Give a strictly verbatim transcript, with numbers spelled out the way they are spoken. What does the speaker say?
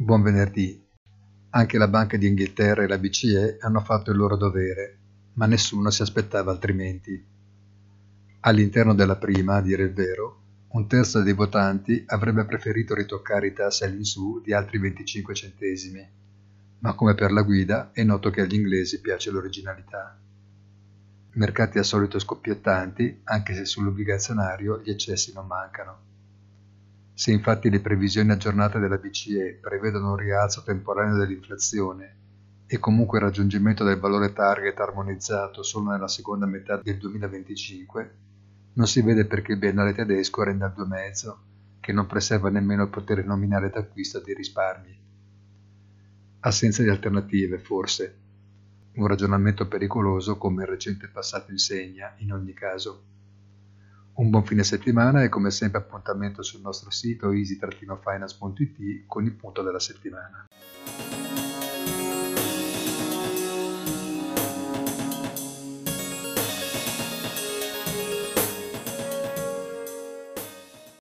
Buon venerdì. Anche la Banca di Inghilterra e la B C E hanno fatto il loro dovere, ma nessuno si aspettava altrimenti. All'interno della prima, a dire il vero, un terzo dei votanti avrebbe preferito ritoccare i tassi all'insù di altri venticinque centesimi, ma come per la guida è noto che agli inglesi piace l'originalità. Mercati al solito scoppiettanti, anche se sull'obbligazionario gli eccessi non mancano. Se infatti le previsioni aggiornate della B C E prevedono un rialzo temporaneo dell'inflazione e comunque il raggiungimento del valore target armonizzato solo nella seconda metà del duemilaventicinque, non si vede perché il biennale tedesco renda il due virgola cinque, che non preserva nemmeno il potere nominale d'acquisto dei risparmi. Assenza di alternative, forse. Un ragionamento pericoloso, come il recente passato insegna, in ogni caso. Un buon fine settimana e come sempre appuntamento sul nostro sito easy finance punto it con il punto della settimana.